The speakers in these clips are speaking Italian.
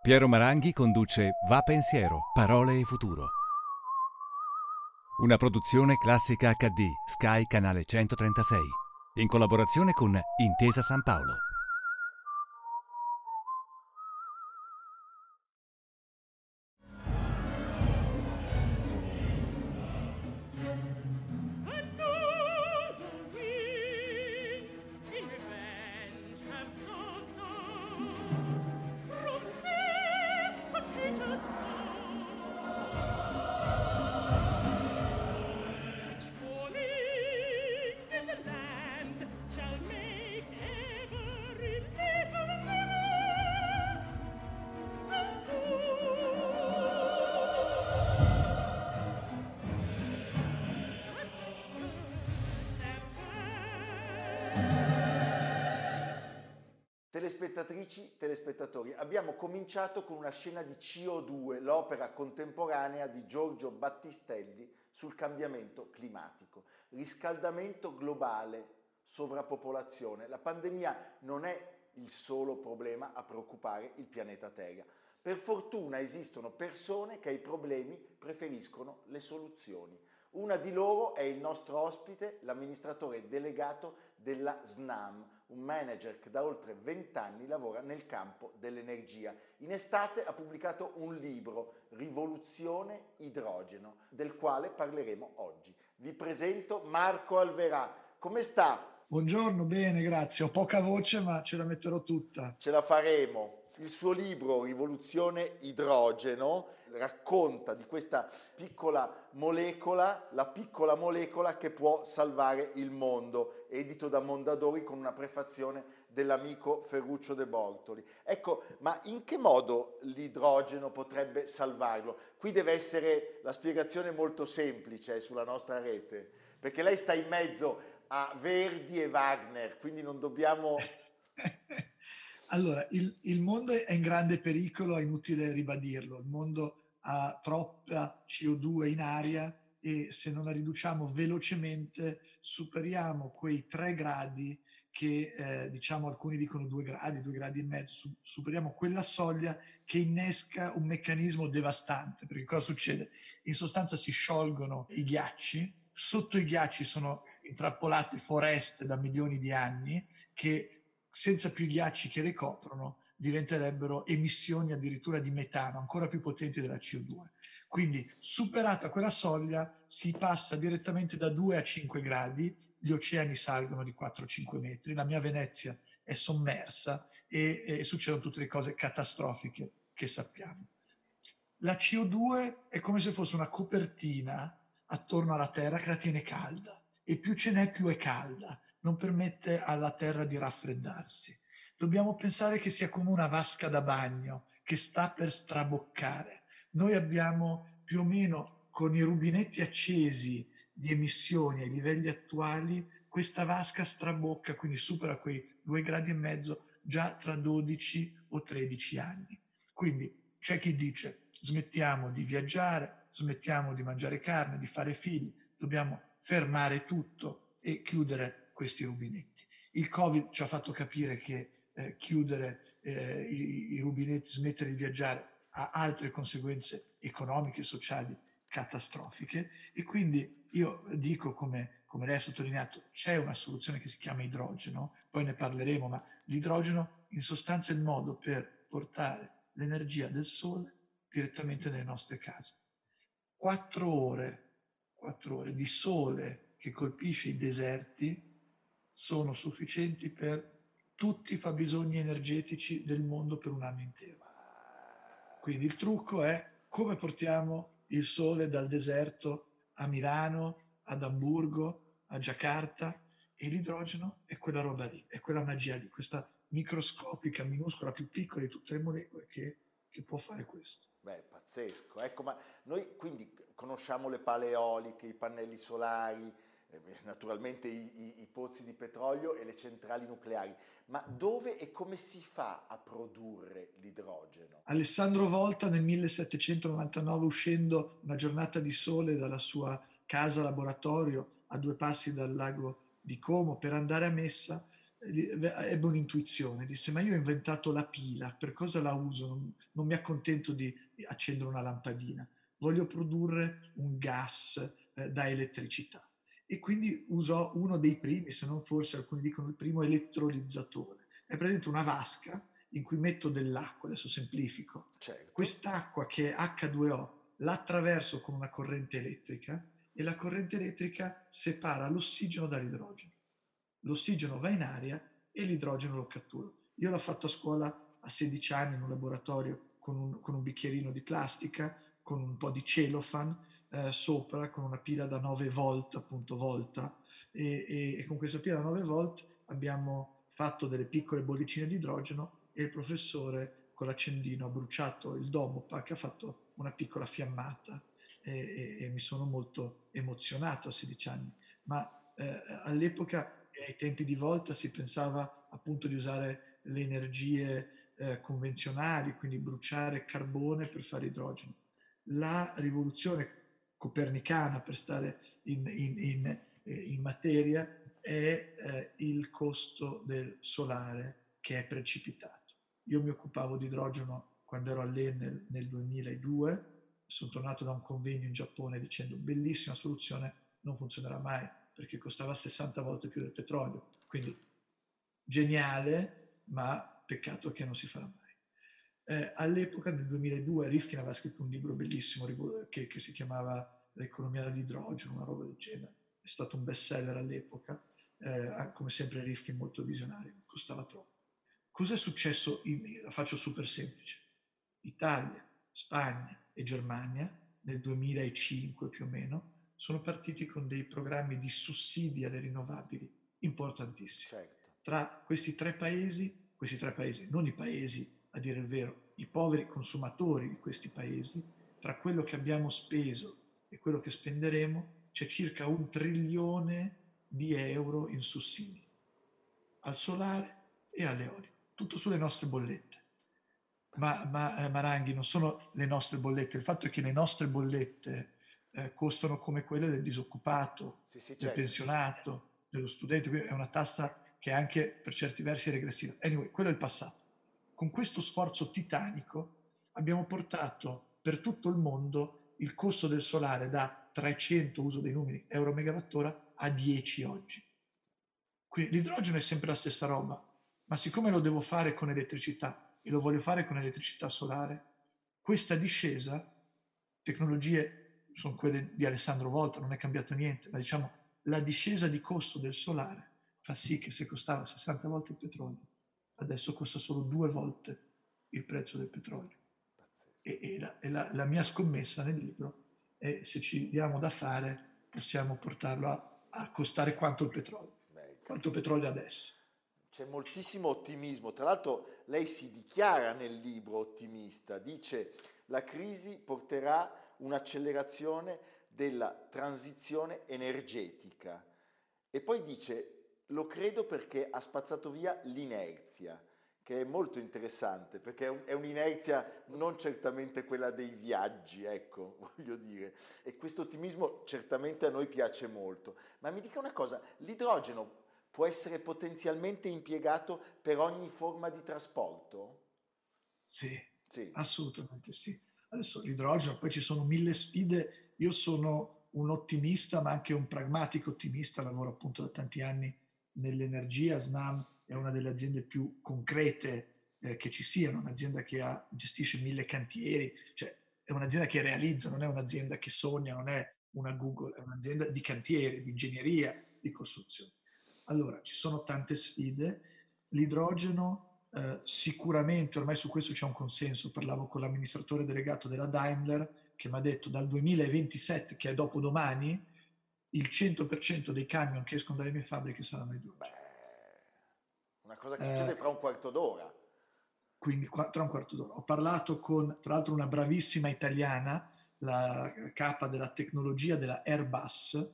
Piero Maranghi conduce Va Pensiero, parole e futuro. Una produzione Classica HD, Sky Canale 136, in collaborazione con Intesa San Paolo. Telespettatrici, telespettatori, abbiamo cominciato con una scena di CO2, l'opera contemporanea di Giorgio Battistelli sul cambiamento climatico. Riscaldamento globale, sovrappopolazione. La pandemia non è il solo problema a preoccupare il pianeta Terra. Per fortuna esistono persone che ai problemi preferiscono le soluzioni. Una di loro è il nostro ospite, l'amministratore delegato della SNAM, un manager che da oltre 20 anni lavora nel campo dell'energia. In estate ha pubblicato un libro, Rivoluzione Idrogeno, del quale parleremo oggi. Vi presento Marco Alverà. Come sta? Buongiorno, bene, grazie. Ho poca voce, ma ce la metterò tutta. Ce la faremo. Il suo libro Rivoluzione Idrogeno racconta di questa piccola molecola, la piccola molecola che può salvare il mondo, edito da Mondadori con una prefazione dell'amico Ferruccio De Bortoli. Ecco, ma in che modo l'idrogeno potrebbe salvarlo? Qui deve essere la spiegazione molto semplice sulla nostra rete, perché lei sta in mezzo a Verdi e Wagner, quindi non dobbiamo... Allora, il mondo è in grande pericolo, è inutile ribadirlo. Il mondo ha troppa CO2 in aria e se non la riduciamo velocemente superiamo quei 3 gradi che diciamo alcuni dicono 2 gradi e mezzo, superiamo quella soglia che innesca un meccanismo devastante. Perché cosa succede? In sostanza si sciolgono i ghiacci, sotto i ghiacci sono intrappolate foreste da milioni di anni che senza più ghiacci che le coprono diventerebbero emissioni addirittura di metano ancora più potenti della CO2. Quindi superata quella soglia si passa direttamente da 2 a 5 gradi, gli oceani salgono di 4-5 metri, la mia Venezia è sommersa e succedono tutte le cose catastrofiche che sappiamo. La CO2 è come se fosse una copertina attorno alla Terra che la tiene calda e più ce n'è più è calda, non permette alla Terra di raffreddarsi. Dobbiamo pensare che sia come una vasca da bagno che sta per straboccare. Noi abbiamo più o meno con i rubinetti accesi di emissioni ai livelli attuali, questa vasca strabocca, quindi supera quei 2 gradi e mezzo già tra 12 o 13 anni. Quindi c'è chi dice smettiamo di viaggiare, smettiamo di mangiare carne, di fare figli, dobbiamo fermare tutto e chiudere questi rubinetti. Il Covid ci ha fatto capire che chiudere i rubinetti, smettere di viaggiare ha altre conseguenze economiche e sociali catastrofiche e quindi io dico come lei ha sottolineato c'è una soluzione che si chiama idrogeno, poi ne parleremo, ma l'idrogeno in sostanza è il modo per portare l'energia del sole direttamente nelle nostre case. 4 ore di sole che colpisce i deserti sono sufficienti per tutti i fabbisogni energetici del mondo per un anno intero. Quindi il trucco è come portiamo il sole dal deserto a Milano, ad Amburgo, a Giacarta, e l'idrogeno è quella roba lì, è quella magia lì, questa microscopica, minuscola, più piccola di tutte le molecole che può fare questo. Beh, pazzesco. Ecco, ma noi quindi conosciamo le pale eoliche, i pannelli solari, naturalmente i pozzi di petrolio e le centrali nucleari, ma dove e come si fa a produrre l'idrogeno? Alessandro Volta nel 1799, uscendo una giornata di sole dalla sua casa laboratorio a 2 passi dal lago di Como per andare a messa, ebbe un'intuizione, disse: ma io ho inventato la pila, per cosa la uso? Non mi accontento di accendere una lampadina, voglio produrre un gas da elettricità. E quindi usò uno dei primi, se non forse alcuni dicono il primo elettrolizzatore. È praticamente una vasca in cui metto dell'acqua, adesso semplifico, Certo. quest'acqua che è H2O l'attraverso con una corrente elettrica e la corrente elettrica separa l'ossigeno dall'idrogeno. L'ossigeno va in aria e l'idrogeno lo cattura. Io l'ho fatto a scuola a 16 anni in un laboratorio con un bicchierino di plastica, con un po' di cellophane sopra, con una pila da 9 volt, appunto volta, e con questa pila da 9 volt abbiamo fatto delle piccole bollicine di idrogeno e il professore con l'accendino ha bruciato il Domopac, ha fatto una piccola fiammata e mi sono molto emozionato a 16 anni. Ma all'epoca e ai tempi di Volta si pensava appunto di usare le energie convenzionali, quindi bruciare carbone per fare idrogeno. La rivoluzione copernicana, per stare in materia, è il costo del solare che è precipitato. Io mi occupavo di idrogeno quando ero all'Enel nel 2002, sono tornato da un convegno in Giappone dicendo bellissima soluzione, non funzionerà mai perché costava 60 volte più del petrolio. Quindi geniale, ma peccato che non si farà mai. All'epoca, nel 2002, Rifkin aveva scritto un libro bellissimo che si chiamava L'economia dell'idrogeno, una roba del genere. È stato un best seller all'epoca, come sempre Rifkin molto visionario, costava troppo. Cosa è successo? La faccio super semplice. Italia, Spagna e Germania nel 2005 più o meno sono partiti con dei programmi di sussidi alle rinnovabili importantissimi. Certo. Tra questi tre paesi, non i paesi a dire il vero, i poveri consumatori di questi paesi, tra quello che abbiamo speso e quello che spenderemo c'è circa 1 trilione di euro in sussidi al solare e all'eolico, tutto sulle nostre bollette. Ma Maranghi, non sono le nostre bollette, il fatto è che le nostre bollette costano come quelle del disoccupato, Sì, sì, del certo. pensionato, dello studente, quindi è una tassa che è anche per certi versi regressiva. Anyway, quello è il passato. Con questo sforzo titanico abbiamo portato per tutto il mondo il costo del solare da 300, uso dei numeri, euro megawattora a 10 oggi. Quindi l'idrogeno è sempre la stessa roba, ma siccome lo devo fare con elettricità e lo voglio fare con elettricità solare, questa discesa, tecnologie sono quelle di Alessandro Volta, non è cambiato niente, ma diciamo la discesa di costo del solare fa sì che se costava 60 volte il petrolio, adesso costa solo 2 volte il prezzo del petrolio. Pazzesco. La mia scommessa nel libro è se ci diamo da fare possiamo portarlo a costare quanto il petrolio. Beh, Quanto petrolio adesso? c'è moltissimo ottimismo. Tra l'altro lei si dichiara nel libro ottimista, dice la crisi porterà un'accelerazione della transizione energetica e poi dice lo credo perché ha spazzato via l'inerzia, che è molto interessante perché è un'inerzia non certamente quella dei viaggi, ecco, voglio dire. E questo ottimismo certamente a noi piace molto. Ma mi dica una cosa, l'idrogeno può essere potenzialmente impiegato per ogni forma di trasporto? Sì, Sì, assolutamente sì. Adesso l'idrogeno, poi ci sono mille sfide. Io sono un ottimista, ma anche un pragmatico ottimista. Lavoro appunto da tanti anni nell'energia. Snam è una delle aziende più concrete che ci siano, un'azienda che gestisce 1000 cantieri, cioè è un'azienda che realizza, non è un'azienda che sogna, non è una Google, è un'azienda di cantieri, di ingegneria, di costruzione. Allora, ci sono tante sfide. L'idrogeno sicuramente, ormai su questo c'è un consenso, parlavo con l'amministratore delegato della Daimler che mi ha detto dal 2027, che è dopodomani, il 100% dei camion che escono dalle mie fabbriche saranno idrogeno. beh, una cosa che Eh, succede fra un quarto d'ora. quindi tra un quarto d'ora. Ho parlato con, tra l'altro, una bravissima italiana, la capa della tecnologia della Airbus,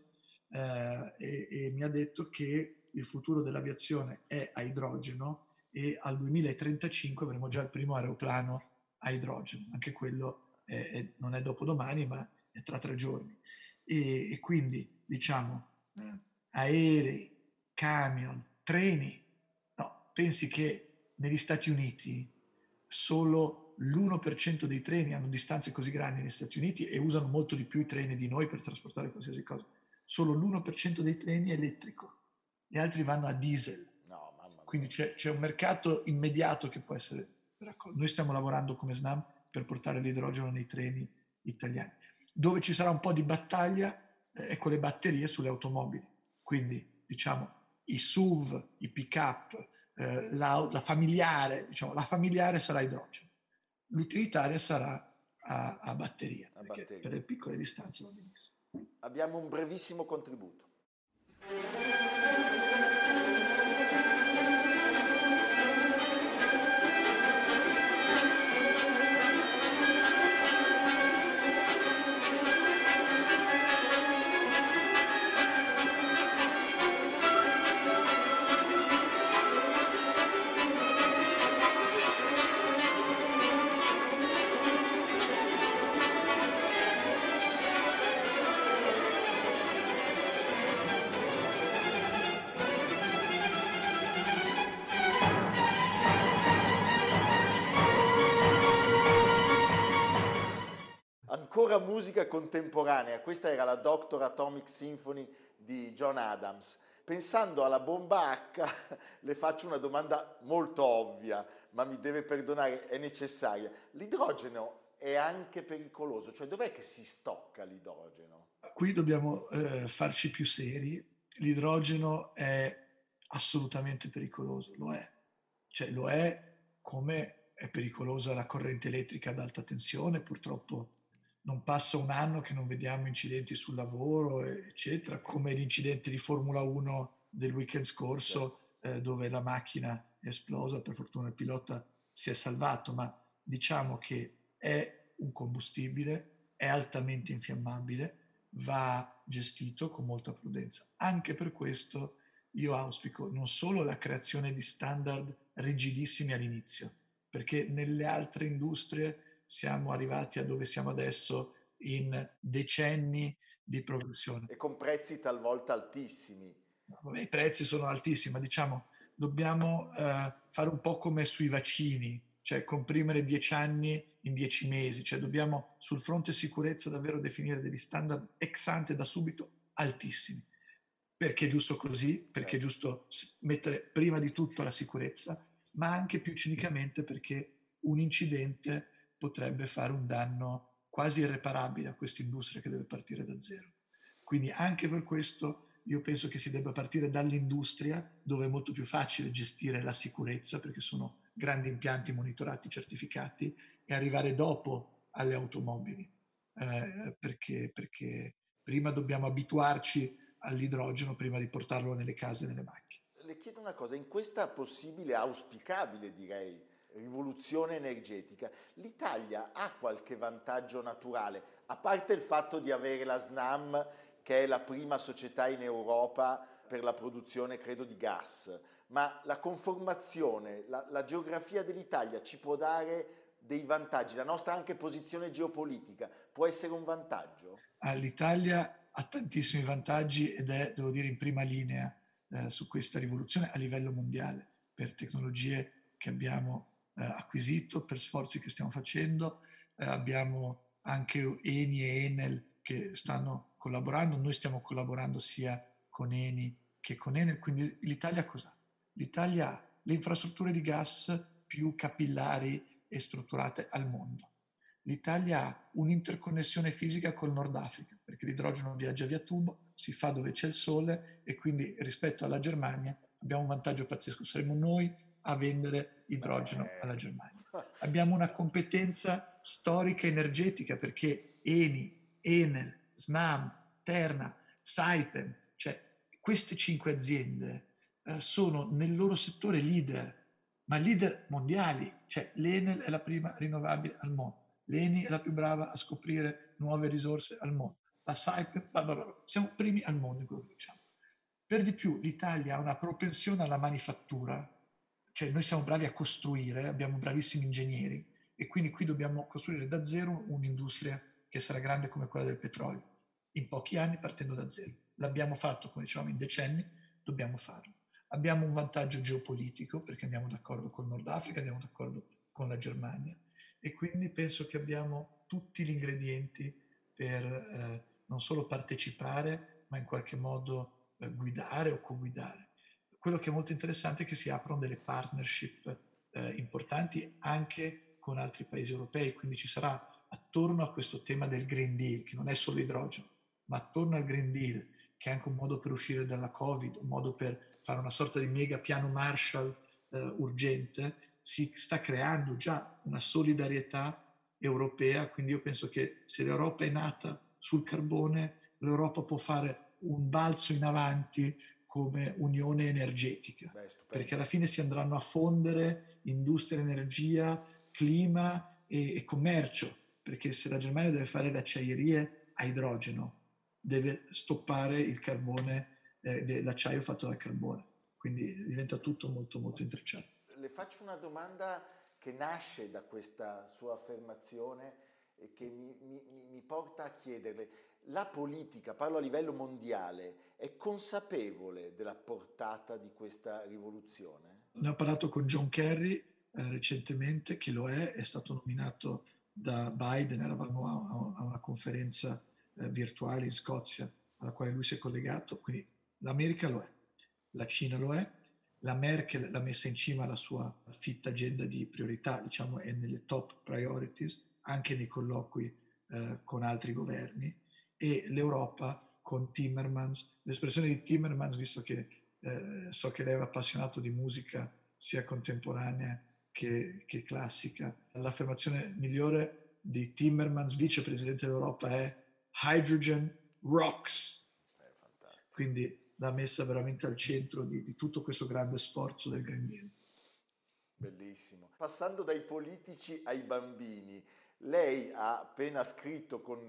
e mi ha detto che il futuro dell'aviazione è a idrogeno e al 2035 avremo già il primo aeroplano a idrogeno. Anche quello non è dopodomani, ma è tra 3 giorni. E quindi, diciamo, aerei, camion, treni. pensi che negli Stati Uniti solo l'1% dei treni hanno distanze così grandi negli Stati Uniti e usano molto di più i treni di noi per trasportare qualsiasi cosa. Solo l'1% dei treni è elettrico, gli altri vanno a diesel. No, mamma Quindi mia. c'è un mercato immediato che può essere raccolto. Noi stiamo lavorando come SNAM per portare l'idrogeno nei treni italiani. Dove ci sarà un po' di battaglia è con le batterie sulle automobili. Quindi, diciamo, i SUV, i pick-up, la familiare, diciamo, la familiare sarà idrogeno. L'utilitaria sarà a batteria, A perché per batteria. le piccole distanze va benissimo. Abbiamo un brevissimo contributo. Ancora musica contemporanea, questa era la Doctor Atomic Symphony di John Adams. Pensando alla bomba H, le faccio una domanda molto ovvia, ma mi deve perdonare, è necessaria. L'idrogeno è anche pericoloso, cioè dov'è che si stocca l'idrogeno? Qui dobbiamo farci più seri. L'idrogeno è assolutamente pericoloso, lo è. Cioè lo è come è pericolosa la corrente elettrica ad alta tensione. Purtroppo non passa un anno che non vediamo incidenti sul lavoro, eccetera, come gli incidenti di Formula 1 del weekend Certo. scorso, dove la macchina è esplosa. Per fortuna il pilota si è salvato, ma diciamo che è un combustibile, è altamente infiammabile, va gestito con molta prudenza. Anche per questo io auspico non solo la creazione di standard rigidissimi all'inizio, perché nelle altre industrie siamo arrivati a dove siamo adesso in decenni di progressione. E con prezzi talvolta altissimi. I prezzi sono altissimi, ma diciamo dobbiamo fare un po' come sui vaccini, cioè comprimere 10 anni in 10 mesi, cioè dobbiamo sul fronte sicurezza davvero definire degli standard ex ante da subito altissimi, perché è giusto così, perché è Certo. giusto mettere prima di tutto la sicurezza, ma anche più cinicamente perché un incidente potrebbe fare un danno quasi irreparabile a questa industria che deve partire da zero. Quindi anche per questo io penso che si debba partire dall'industria, dove è molto più facile gestire la sicurezza, perché sono grandi impianti monitorati, certificati, e arrivare dopo alle automobili, perché prima dobbiamo abituarci all'idrogeno prima di portarlo nelle case e nelle macchine. Le chiedo una cosa, in questa possibile, auspicabile direi, rivoluzione energetica, l'Italia ha qualche vantaggio naturale, a parte il fatto di avere la SNAM, che è la prima società in Europa per la produzione, credo, di gas, ma la conformazione, la geografia dell'Italia ci può dare dei vantaggi, la nostra anche posizione geopolitica può essere un vantaggio? L'Italia ha tantissimi vantaggi ed è, devo dire, in prima linea su questa rivoluzione a livello mondiale, per tecnologie che abbiamo acquisito, per sforzi che stiamo facendo. Abbiamo anche Eni e Enel che stanno collaborando, noi stiamo collaborando sia con Eni che con Enel, quindi l'Italia cos'ha? L'Italia ha le infrastrutture di gas più capillari e strutturate al mondo. L'Italia ha un'interconnessione fisica col Nord Africa, perché l'idrogeno viaggia via tubo, si fa dove c'è il sole e quindi rispetto alla Germania abbiamo un vantaggio pazzesco, saremo noi a vendere idrogeno alla Germania. Abbiamo una competenza storica energetica perché Eni, Enel, Snam, Terna, Saipem, cioè queste 5 aziende sono nel loro settore leader, ma leader mondiali, cioè l'Enel è la prima rinnovabile al mondo. L'Eni è la più brava a scoprire nuove risorse al mondo. La Saipem, siamo primi al mondo in quello che facciamo. Per di più, l'Italia ha una propensione alla manifattura, cioè noi siamo bravi a costruire, abbiamo bravissimi ingegneri e quindi qui dobbiamo costruire da zero un'industria che sarà grande come quella del petrolio, in pochi anni partendo da zero. L'abbiamo fatto, come dicevamo, in decenni, dobbiamo farlo. Abbiamo un vantaggio geopolitico perché andiamo d'accordo col Nord Africa, andiamo d'accordo con la Germania e quindi penso che abbiamo tutti gli ingredienti per non solo partecipare, ma in qualche modo guidare o co-guidare. Quello che è molto interessante è che si aprono delle partnership importanti anche con altri paesi europei, quindi ci sarà attorno a questo tema del Green Deal, che non è solo idrogeno, ma attorno al Green Deal, che è anche un modo per uscire dalla Covid, un modo per fare una sorta di mega piano Marshall urgente, si sta creando già una solidarietà europea, quindi io penso che se l'Europa è nata sul carbone, l'Europa può fare un balzo in avanti come unione energetica, Beh, perché stupendo. alla fine si andranno a fondere industria, energia, clima e commercio, perché se la Germania deve fare le acciaierie a idrogeno, deve stoppare il carbone, l'acciaio fatto dal carbone, quindi diventa tutto molto molto intrecciato. Le faccio una domanda che nasce da questa sua affermazione e che mi porta a chiederle, la politica, parlo a livello mondiale, è consapevole della portata di questa rivoluzione? Ne ho parlato con John Kerry recentemente, che lo è stato nominato da Biden, eravamo a una conferenza virtuale in Scozia alla quale lui si è collegato, quindi l'America lo è, la Cina lo è, la Merkel l'ha messa in cima alla sua fitta agenda di priorità, diciamo è nelle top priorities, anche nei colloqui con altri governi, e l'Europa con Timmermans, l'espressione di Timmermans, visto che so che lei è un appassionato di musica sia contemporanea che classica. L'affermazione migliore di Timmermans, vicepresidente d'Europa, è Hydrogen rocks. Fantastico. Quindi l'ha messa veramente al centro di tutto questo grande sforzo del Green Deal. Bellissimo. Passando dai politici ai bambini, lei ha appena scritto con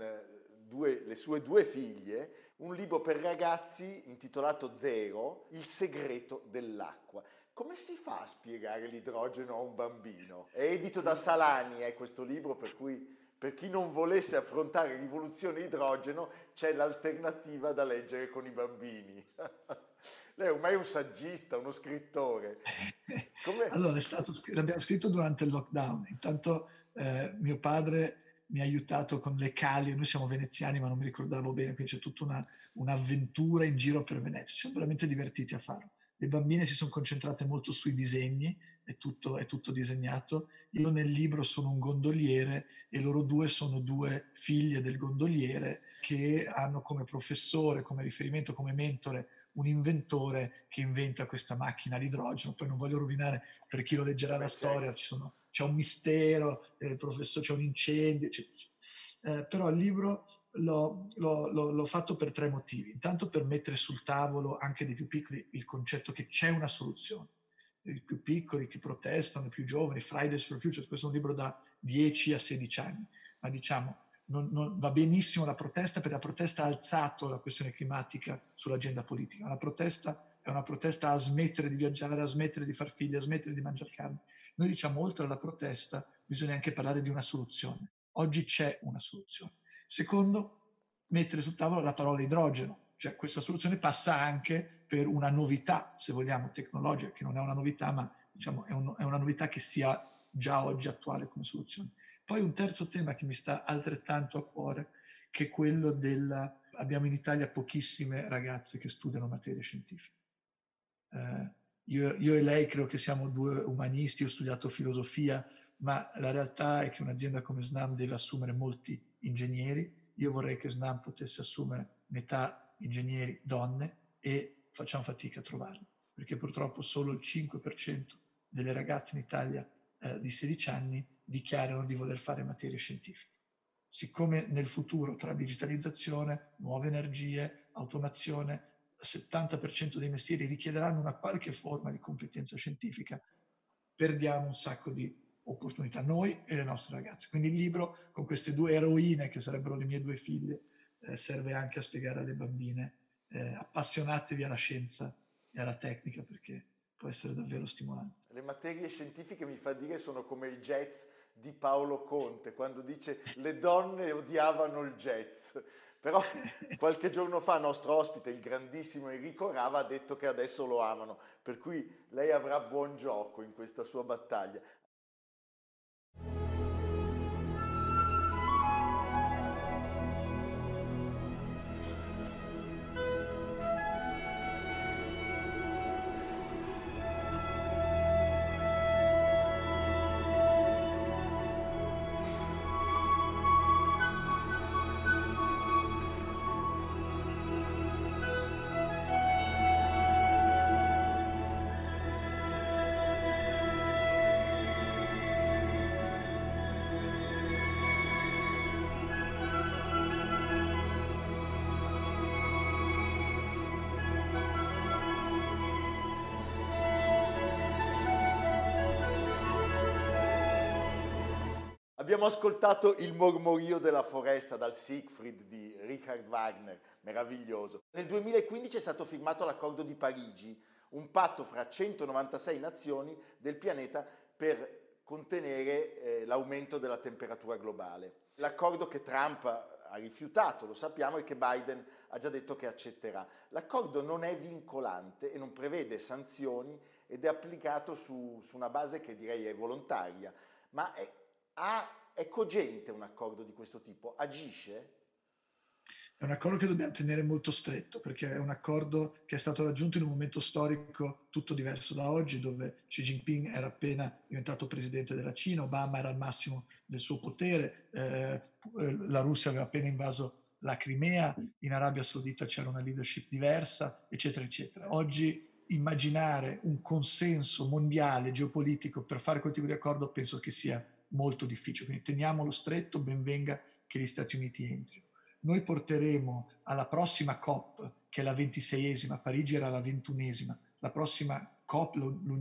le sue due figlie un libro per ragazzi intitolato Zero, il segreto dell'acqua. Come si fa a spiegare l'idrogeno a un bambino? È edito da Salani, questo libro, per cui per chi non volesse affrontare rivoluzione idrogeno c'è l'alternativa da leggere con i bambini. Lei è ormai un saggista, uno scrittore. Come? Allora, l'abbiamo scritto durante il lockdown. Intanto mio padre mi ha aiutato con le cali. Noi siamo veneziani, ma non mi ricordavo bene, quindi c'è tutta un'avventura in giro per Venezia. Ci siamo veramente divertiti a farlo. Le bambine si sono concentrate molto sui disegni, è tutto disegnato. Io nel libro sono un gondoliere e loro due sono due figlie del gondoliere che hanno come professore, come riferimento, come mentore un inventore che inventa questa macchina all'idrogeno. Poi non voglio rovinare per chi lo leggerà la storia, Certo. c'è un mistero, il professore, c'è un incendio, però il libro l'ho fatto per tre motivi. Intanto per mettere sul tavolo anche dei più piccoli il concetto che c'è una soluzione. I più piccoli che protestano, i più giovani, Fridays for Future, questo è un libro da 10 a 16 anni, ma diciamo non va benissimo la protesta, perché la protesta ha alzato la questione climatica sull'agenda politica. La protesta è una protesta a smettere di viaggiare, a smettere di far figli, a smettere di mangiare carne. Noi diciamo, oltre alla protesta, bisogna anche parlare di una soluzione. Oggi c'è una soluzione. Secondo, mettere sul tavolo la parola idrogeno, cioè questa soluzione passa anche per una novità, se vogliamo, tecnologica, che non è una novità, ma diciamo è una novità che sia già oggi attuale come soluzione. Poi un terzo tema che mi sta altrettanto a cuore, che è quello abbiamo in Italia pochissime ragazze che studiano materie scientifiche. Io e lei credo che siamo due umanisti, ho studiato filosofia, ma la realtà è che un'azienda come Snam deve assumere molti ingegneri. Io vorrei che Snam potesse assumere metà ingegneri donne e facciamo fatica a trovarli, perché purtroppo solo il 5% delle ragazze in Italia di 16 anni dichiarano di voler fare materie scientifiche. Siccome nel futuro tra digitalizzazione, nuove energie, automazione, il 70% dei mestieri richiederanno una qualche forma di competenza scientifica, perdiamo un sacco di opportunità, noi e le nostre ragazze. Quindi il libro, con queste due eroine che sarebbero le mie due figlie, serve anche a spiegare alle bambine appassionatevi alla scienza e alla tecnica, perché può essere davvero stimolante. Le materie scientifiche, mi fa dire, sono come il jazz di Paolo Conte, quando dice le donne odiavano il jazz, Però qualche giorno fa nostro ospite, il grandissimo Enrico Rava, ha detto che adesso lo amano, per cui lei avrà buon gioco in questa sua battaglia. Abbiamo ascoltato Il mormorio della foresta dal Siegfried di Richard Wagner, meraviglioso. Nel 2015 è stato firmato l'Accordo di Parigi, un patto fra 196 nazioni del pianeta per contenere l'aumento della temperatura globale. L'accordo che Trump ha rifiutato, lo sappiamo, e che Biden ha già detto che accetterà. L'accordo non è vincolante e non prevede sanzioni ed è applicato su una base che direi è volontaria, ma è cogente un accordo di questo tipo? Agisce? È un accordo che dobbiamo tenere molto stretto perché è un accordo che è stato raggiunto in un momento storico tutto diverso da oggi, dove Xi Jinping era appena diventato presidente della Cina, Obama era al massimo del suo potere, la Russia aveva appena invaso la Crimea, in Arabia Saudita c'era una leadership diversa, eccetera, eccetera. Oggi immaginare un consenso mondiale geopolitico per fare quel tipo di accordo penso che sia molto difficile, quindi teniamolo stretto, ben venga che gli Stati Uniti entrino. Noi porteremo alla prossima COP, che è la 26esima, Parigi era la 21esima, la prossima COP,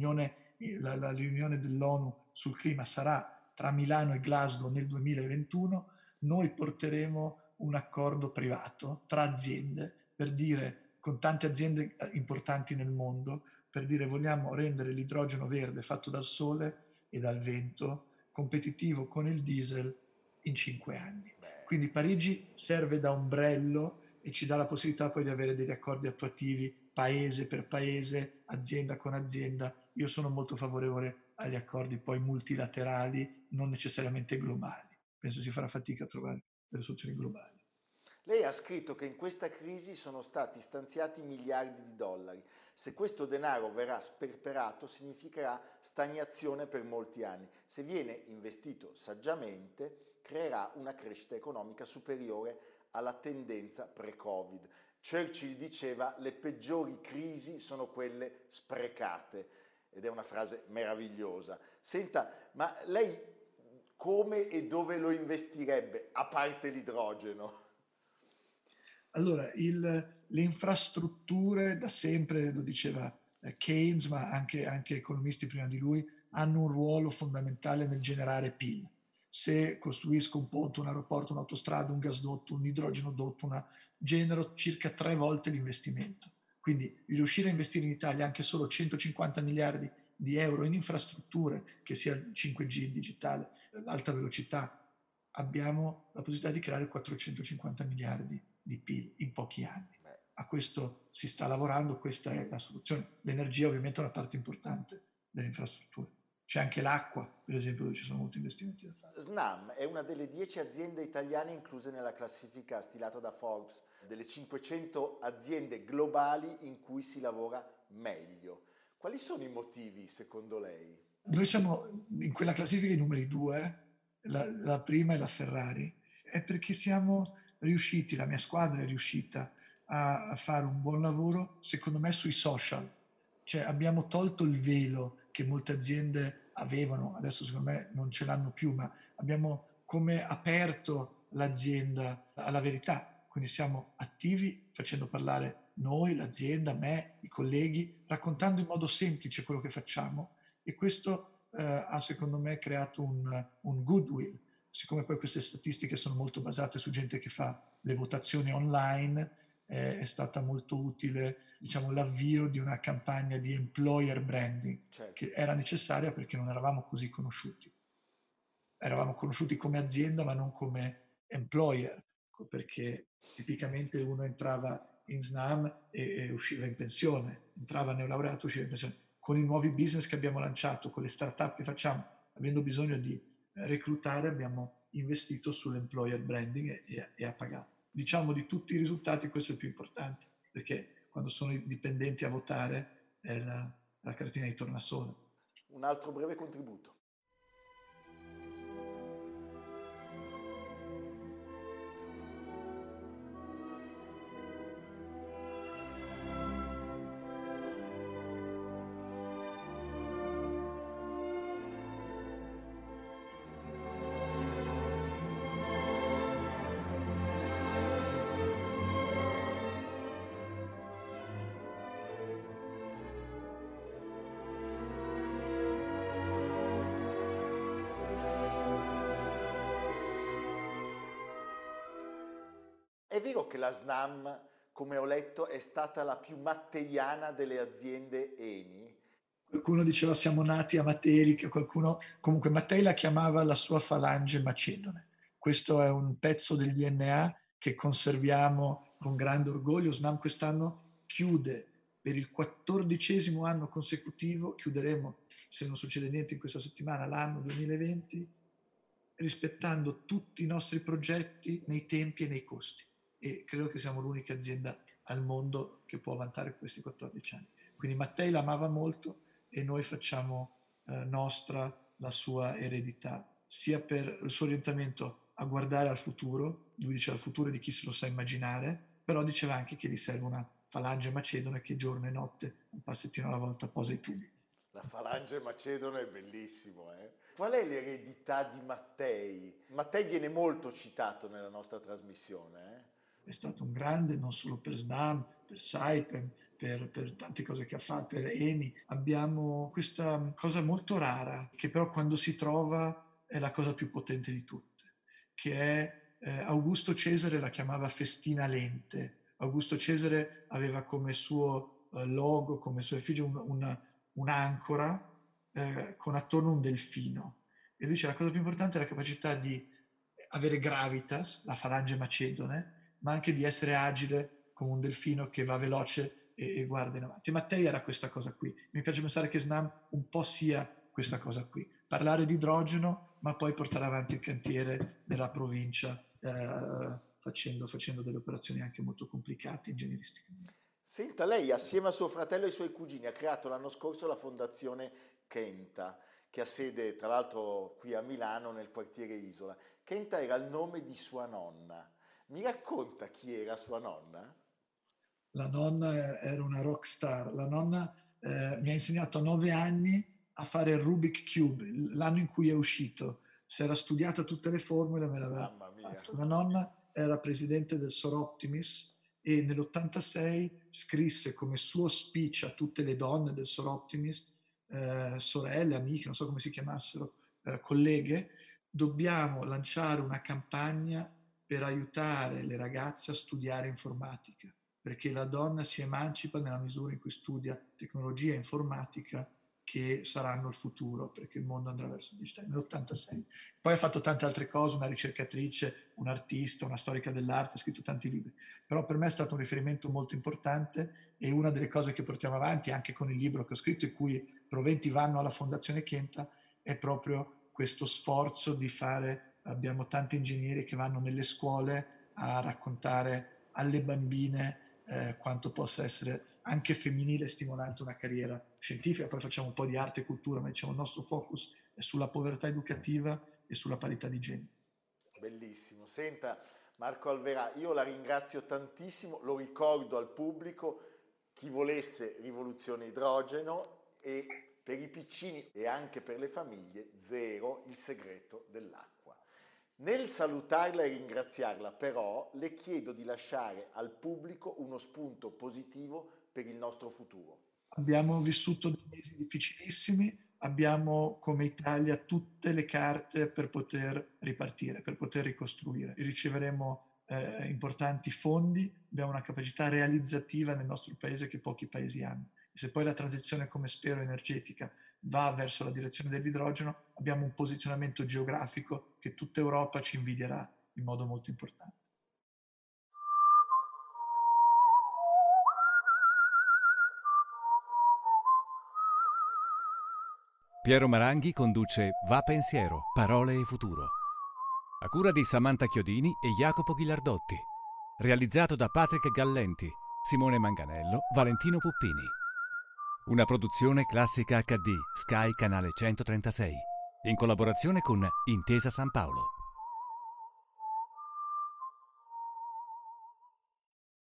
la riunione dell'ONU sul clima sarà tra Milano e Glasgow nel 2021, noi porteremo un accordo privato tra aziende per dire, con tante aziende importanti nel mondo, per dire vogliamo rendere l'idrogeno verde fatto dal sole e dal vento competitivo con il diesel in 5 anni. Quindi Parigi serve da ombrello e ci dà la possibilità poi di avere degli accordi attuativi paese per paese, azienda con azienda. Io sono molto favorevole agli accordi poi multilaterali, non necessariamente globali. Penso si farà fatica a trovare delle soluzioni globali. Lei ha scritto che in questa crisi sono stati stanziati miliardi di dollari. Se questo denaro verrà sperperato significherà stagnazione per molti anni. Se viene investito saggiamente, creerà una crescita economica superiore alla tendenza pre-Covid. Churchill diceva: le peggiori crisi sono quelle sprecate, ed è una frase meravigliosa. Senta, ma lei come e dove lo investirebbe, a parte l'idrogeno? Allora, le infrastrutture da sempre, lo diceva Keynes, ma anche economisti prima di lui, hanno un ruolo fondamentale nel generare PIL. Se costruisco un ponte, un aeroporto, un'autostrada, un gasdotto, un idrogenodotto, genero circa 3 volte l'investimento. Quindi riuscire a investire in Italia anche solo 150 miliardi di euro in infrastrutture, che sia il 5G, il digitale, l'alta velocità, abbiamo la possibilità di creare 450 miliardi di PIL in pochi anni. A questo si sta lavorando, questa è la soluzione. L'energia ovviamente è una parte importante delle infrastrutture. C'è anche l'acqua, per esempio, dove ci sono molti investimenti da fare. Snam è una delle 10 aziende italiane incluse nella classifica stilata da Forbes, delle 500 aziende globali in cui si lavora meglio. Quali sono i motivi, secondo lei? Noi siamo in quella classifica i numeri 2, la prima è la Ferrari, è perché siamo riusciti, la mia squadra è riuscita a fare un buon lavoro, secondo me, sui social. Cioè abbiamo tolto il velo che molte aziende avevano, adesso secondo me non ce l'hanno più, ma abbiamo come aperto l'azienda alla verità. Quindi siamo attivi facendo parlare noi, l'azienda, me, i colleghi, raccontando in modo semplice quello che facciamo, e questo ha secondo me creato un goodwill. Siccome poi queste statistiche sono molto basate su gente che fa le votazioni online, è stata molto utile, diciamo, l'avvio di una campagna di employer branding, Certo. che era necessaria perché non eravamo così conosciuti. Eravamo conosciuti come azienda ma non come employer. perché tipicamente uno entrava in SNAM e usciva in pensione, entrava neolaureato, usciva in pensione. Con i nuovi business che abbiamo lanciato, con le start-up che facciamo, avendo bisogno di reclutare, abbiamo investito sull'employer branding e ha pagato. Diciamo di tutti i risultati questo è il più importante, perché quando sono i dipendenti a votare è la cartina di tornasole. Un altro breve contributo. È vero che la SNAM, come ho letto, è stata la più matteiana delle aziende Eni? Qualcuno diceva siamo nati a Materi, qualcuno comunque Mattei la chiamava la sua falange macedone. Questo è un pezzo del DNA che conserviamo con grande orgoglio. SNAM quest'anno chiude per il 14° anno consecutivo, chiuderemo, se non succede niente in questa settimana, l'anno 2020, rispettando tutti i nostri progetti nei tempi e nei costi. E credo che siamo l'unica azienda al mondo che può vantare questi 14 anni. Quindi Mattei l'amava molto e noi facciamo nostra la sua eredità, sia per il suo orientamento a guardare al futuro, lui diceva il futuro di chi se lo sa immaginare, però diceva anche che gli serve una falange macedone che giorno e notte, un passettino alla volta, posa i tubi. La falange macedone è bellissimo, eh? Qual è l'eredità di Mattei? Mattei viene molto citato nella nostra trasmissione, eh? È stato un grande non solo per SNAM, per Saipem, per tante cose che ha fatto, per Eni. Abbiamo questa cosa molto rara, che però quando si trova è la cosa più potente di tutte, che è Augusto Cesare la chiamava festina lente. Augusto Cesare aveva come suo logo, come sua effigie un'ancora con attorno un delfino. E lui dice la cosa più importante è la capacità di avere gravitas, la falange macedone, ma anche di essere agile come un delfino che va veloce e guarda in avanti. E Mattei era questa cosa qui. Mi piace pensare che SNAM un po' sia questa cosa qui. Parlare di idrogeno, ma poi portare avanti il cantiere nella provincia facendo delle operazioni anche molto complicate ingegneristicamente. Senta, lei assieme a suo fratello e ai suoi cugini ha creato l'anno scorso la fondazione Kenta, che ha sede tra l'altro qui a Milano nel quartiere Isola. Kenta era il nome di sua nonna. Mi racconta chi era sua nonna? La nonna era una rock star. La nonna mi ha insegnato a 9 anni a fare il Rubik Cube, l'anno in cui è uscito. Si era studiata tutte le formule, me l'aveva Mamma mia. fatto. La nonna era presidente del Soroptimis e nell'86 scrisse come suo speech a tutte le donne del Soroptimis, sorelle, amiche, non so come si chiamassero, colleghe, dobbiamo lanciare una campagna per aiutare le ragazze a studiare informatica, perché la donna si emancipa nella misura in cui studia tecnologia e informatica, che saranno il futuro, perché il mondo andrà verso il digitale, nell'86. Poi ha fatto tante altre cose, una ricercatrice, un artista, una storica dell'arte, ha scritto tanti libri, però per me è stato un riferimento molto importante e una delle cose che portiamo avanti anche con il libro che ho scritto, i cui proventi vanno alla Fondazione Kenta, è proprio questo sforzo di fare, abbiamo tanti ingegneri che vanno nelle scuole a raccontare alle bambine quanto possa essere anche femminile e stimolante una carriera scientifica. Poi facciamo un po' di arte e cultura, ma diciamo il nostro focus è sulla povertà educativa e sulla parità di genere. Bellissimo. Senta, Marco Alverà, io la ringrazio tantissimo, lo ricordo al pubblico, chi volesse rivoluzione idrogeno e per i piccini e anche per le famiglie, zero, il segreto dell'acqua. Nel salutarla e ringraziarla, però, le chiedo di lasciare al pubblico uno spunto positivo per il nostro futuro. Abbiamo vissuto dei mesi difficilissimi, abbiamo come Italia tutte le carte per poter ripartire, per poter ricostruire. Riceveremo importanti fondi, abbiamo una capacità realizzativa nel nostro paese che pochi paesi hanno. E se poi la transizione, come spero, energetica va verso la direzione dell'idrogeno, abbiamo un posizionamento geografico che tutta Europa ci invidierà in modo molto importante. Piero Maranghi conduce Va Pensiero, Parole e Futuro. A cura di Samantha Chiodini e Jacopo Ghilardotti. Realizzato da Patrick Gallenti, Simone Manganello, Valentino Puppini. Una produzione Classica HD, Sky Canale 136. In collaborazione con Intesa San Paolo.